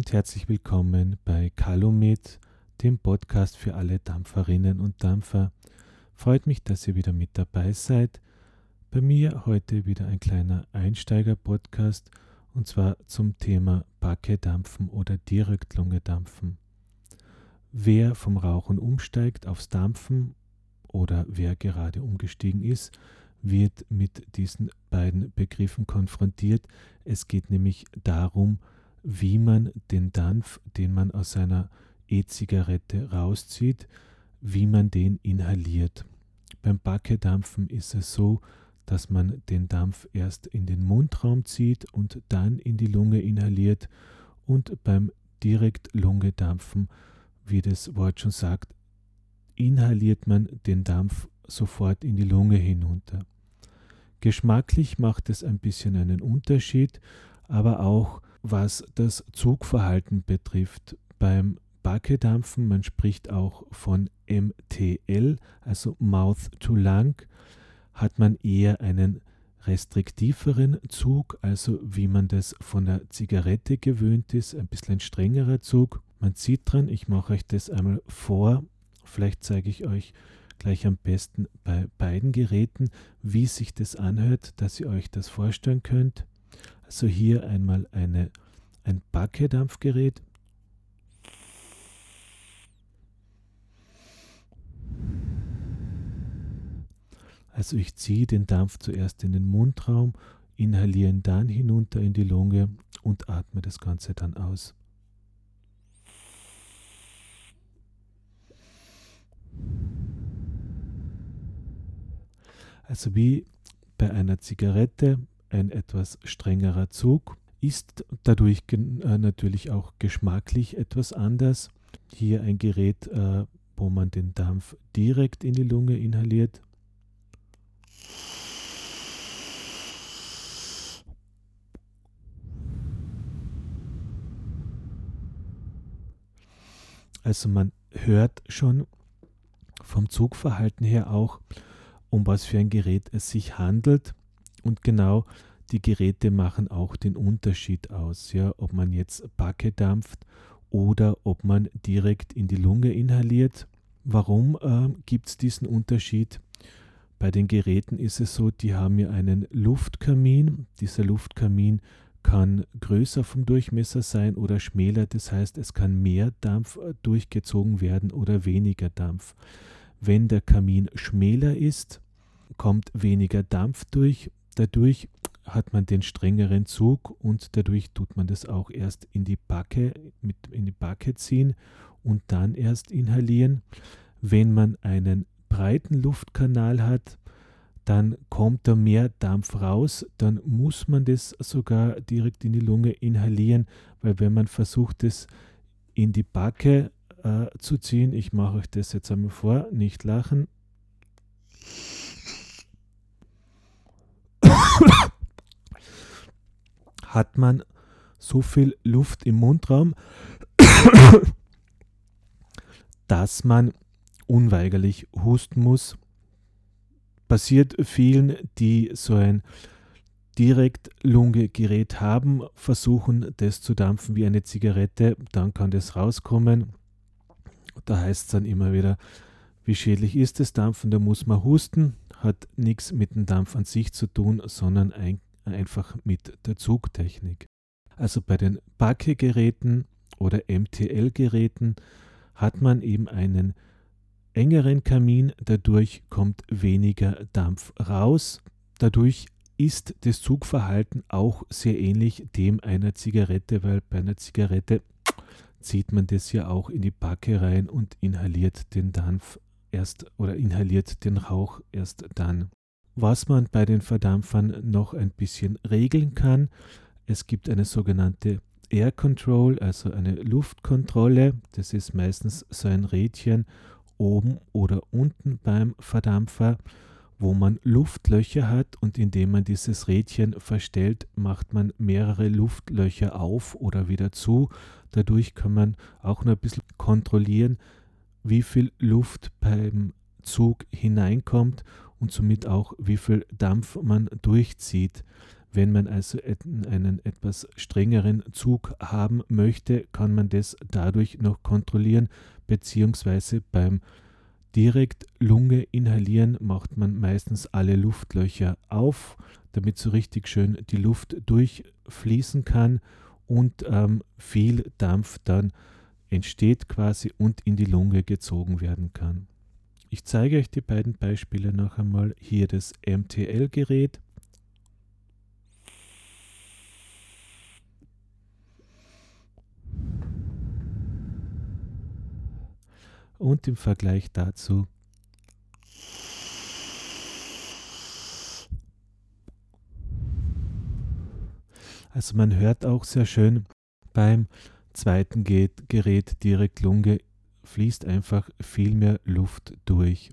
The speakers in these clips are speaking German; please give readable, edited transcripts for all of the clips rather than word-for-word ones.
und herzlich willkommen bei Calumet, dem Podcast für alle Dampferinnen und Dampfer. Freut mich, dass ihr wieder mit dabei seid. Bei mir heute wieder ein kleiner Einsteiger-Podcast und zwar zum Thema Backe-Dampfen oder Direktlunge-Dampfen. Wer vom Rauchen umsteigt aufs Dampfen oder wer gerade umgestiegen ist, wird mit diesen beiden Begriffen konfrontiert. Es geht nämlich darum, wie man den Dampf, den man aus einer E-Zigarette rauszieht, wie man den inhaliert. Beim Backe-Dampfen ist es so, dass man den Dampf erst in den Mundraum zieht und dann in die Lunge inhaliert, und beim Direktlunge-Dampfen, wie das Wort schon sagt, inhaliert man den Dampf sofort in die Lunge hinunter. Geschmacklich macht es ein bisschen einen Unterschied, aber auch was das Zugverhalten betrifft. Beim Backe-Dampfen, man spricht auch von MTL, also Mouth to Lung, hat man eher einen restriktiveren Zug, also wie man das von der Zigarette gewöhnt ist, ein bisschen ein strengerer Zug. Man sieht dran, ich mache euch das einmal vor, vielleicht zeige ich euch gleich am besten bei beiden Geräten, wie sich das anhört, dass ihr euch das vorstellen könnt. Also hier einmal ein Backe-Dampfgerät. Also ich ziehe den Dampf zuerst in den Mundraum, inhaliere ihn dann hinunter in die Lunge und atme das Ganze dann aus. Also wie bei einer Zigarette ein etwas strengerer Zug, ist dadurch natürlich auch geschmacklich etwas anders. Hier ein Gerät, wo man den Dampf direkt in die Lunge inhaliert. Also man hört schon vom Zugverhalten her auch, um was für ein Gerät es sich handelt, und genau die Geräte machen auch den Unterschied aus, ja, ob man jetzt Backe dampft oder ob man direkt in die Lunge inhaliert. Warum gibt es diesen Unterschied? Bei den Geräten ist es so, die haben ja einen Luftkamin. Dieser Luftkamin kann größer vom Durchmesser sein oder schmäler, das heißt, es kann mehr Dampf durchgezogen werden oder weniger Dampf. Wenn der Kamin schmäler ist, kommt weniger Dampf durch. Dadurch hat man den strengeren Zug und dadurch tut man das auch erst in die Backe ziehen und dann erst inhalieren. Wenn man einen breiten Luftkanal hat, dann kommt da mehr Dampf raus, dann muss man das sogar direkt in die Lunge inhalieren, weil wenn man versucht, das in die Backe zu ziehen, ich mache euch das jetzt einmal vor, nicht lachen, hat man so viel Luft im Mundraum, dass man unweigerlich husten muss. Passiert vielen, die so ein Direktlunge-Gerät haben, versuchen das zu dampfen wie eine Zigarette, dann kann das rauskommen. Da heißt es dann immer wieder, wie schädlich ist das Dampfen, da muss man husten, hat nichts mit dem Dampf an sich zu tun, sondern einfach mit der Zugtechnik. Also bei den Backe-Geräten oder MTL-Geräten hat man eben einen engeren Kamin, dadurch kommt weniger Dampf raus. Dadurch ist das Zugverhalten auch sehr ähnlich dem einer Zigarette, weil bei einer Zigarette zieht man das ja auch in die Backe rein und inhaliert den Dampf erst oder inhaliert den Rauch erst dann. Was man bei den Verdampfern noch ein bisschen regeln kann, es gibt eine sogenannte Air Control, also eine Luftkontrolle. Das ist meistens so ein Rädchen oben oder unten beim Verdampfer, wo man Luftlöcher hat, und indem man dieses Rädchen verstellt, macht man mehrere Luftlöcher auf oder wieder zu. Dadurch kann man auch noch ein bisschen kontrollieren, wie viel Luft beim Zug hineinkommt und somit auch, wie viel Dampf man durchzieht. Wenn man also einen etwas strengeren Zug haben möchte, kann man das dadurch noch kontrollieren, beziehungsweise beim direkt Lunge inhalieren macht man meistens alle Luftlöcher auf, damit so richtig schön die Luft durchfließen kann und viel Dampf dann entsteht quasi und in die Lunge gezogen werden kann. Ich zeige euch die beiden Beispiele noch einmal. Hier das MTL-Gerät. Und im Vergleich dazu also man hört auch sehr schön beim zweiten Gerät direkt Lunge fließt einfach viel mehr Luft durch.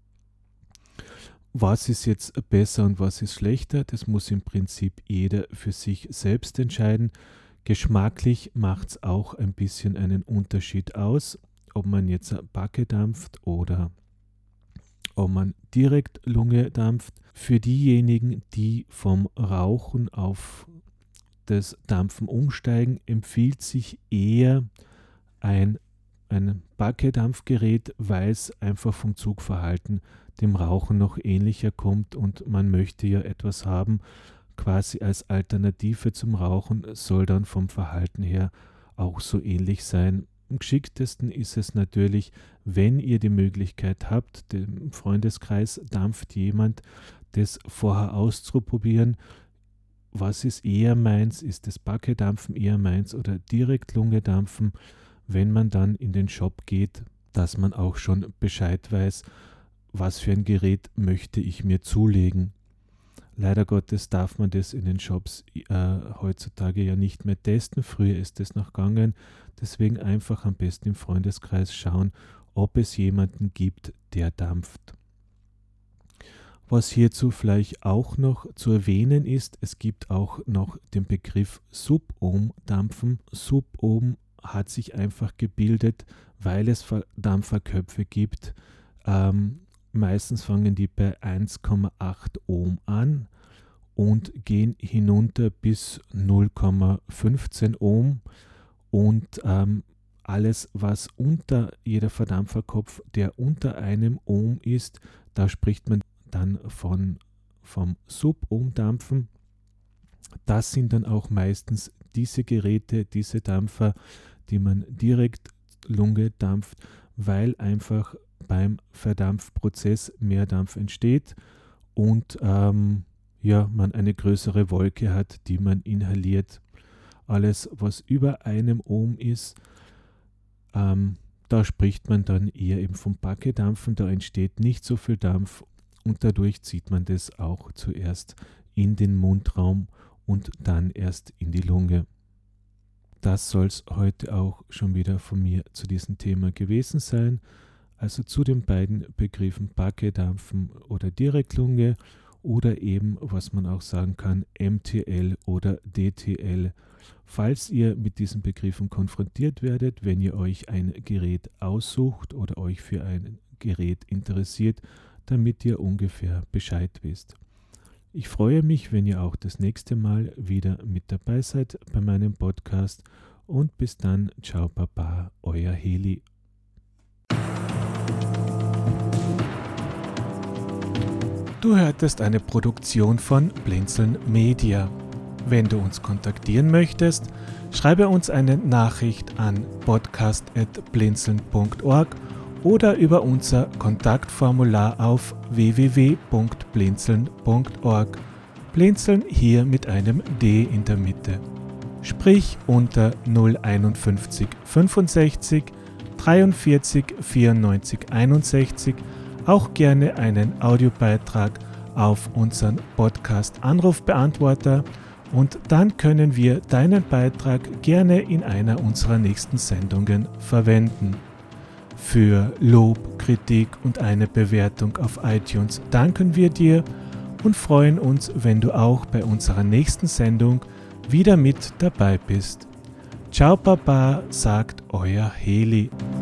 Was ist jetzt besser und was ist schlechter? Das muss im Prinzip jeder für sich selbst entscheiden. Geschmacklich macht es auch ein bisschen einen Unterschied aus, ob man jetzt Backe dampft oder ob man direkt Lunge dampft. Für diejenigen, die vom Rauchen auf das Dampfen umsteigen, empfiehlt sich eher ein Backe-Dampfgerät, weil es einfach vom Zugverhalten dem Rauchen noch ähnlicher kommt und man möchte ja etwas haben, quasi als Alternative zum Rauchen, soll dann vom Verhalten her auch so ähnlich sein. Am geschicktesten ist es natürlich, wenn ihr die Möglichkeit habt, im Freundeskreis dampft jemand, das vorher auszuprobieren. Was ist eher meins? Ist das Backe-Dampfen eher meins oder direkt Lunge dampfen? Wenn man dann in den Shop geht, dass man auch schon Bescheid weiß, was für ein Gerät möchte ich mir zulegen. Leider Gottes darf man das in den Shops heutzutage ja nicht mehr testen. Früher ist das noch gegangen. Deswegen einfach am besten im Freundeskreis schauen, ob es jemanden gibt, der dampft. Was hierzu vielleicht auch noch zu erwähnen ist, es gibt auch noch den Begriff Subohm-Dampfen. Subohm hat sich einfach gebildet, weil es Dampferköpfe gibt. Meistens fangen die bei 1,8 Ohm an und gehen hinunter bis 0,15 Ohm. Und alles, was unter jeder Verdampferkopf, der unter einem Ohm ist, da spricht man dann vom Subohm-Dampfen. Das sind dann auch meistens diese Geräte, diese Dampfer, die man direkt Lunge dampft, weil einfach beim Verdampfprozess mehr Dampf entsteht und man eine größere Wolke hat, die man inhaliert. Alles, was über einem Ohm ist, da spricht man dann eher eben vom Backe-Dampfen, da entsteht nicht so viel Dampf und dadurch zieht man das auch zuerst in den Mundraum und dann erst in die Lunge. Das soll es heute auch schon wieder von mir zu diesem Thema gewesen sein. Also zu den beiden Begriffen Backe-Dampfen oder Direktlunge oder eben, was man auch sagen kann, MTL oder DTL. Falls ihr mit diesen Begriffen konfrontiert werdet, wenn ihr euch ein Gerät aussucht oder euch für ein Gerät interessiert, damit ihr ungefähr Bescheid wisst. Ich freue mich, wenn ihr auch das nächste Mal wieder mit dabei seid bei meinem Podcast und bis dann, ciao Baba, euer Heli. Du hörtest eine Produktion von Blinzeln Media. Wenn du uns kontaktieren möchtest, schreibe uns eine Nachricht an podcast@blinzeln.org oder über unser Kontaktformular auf www.blinzeln.org. Blinzeln hier mit einem D in der Mitte. Sprich unter 051 65 43 94 61 auch gerne einen Audiobeitrag auf unseren Podcast-Anrufbeantworter und dann können wir deinen Beitrag gerne in einer unserer nächsten Sendungen verwenden. Für Lob, Kritik und eine Bewertung auf iTunes danken wir dir und freuen uns, wenn du auch bei unserer nächsten Sendung wieder mit dabei bist. Ciao Baba, sagt euer Heli.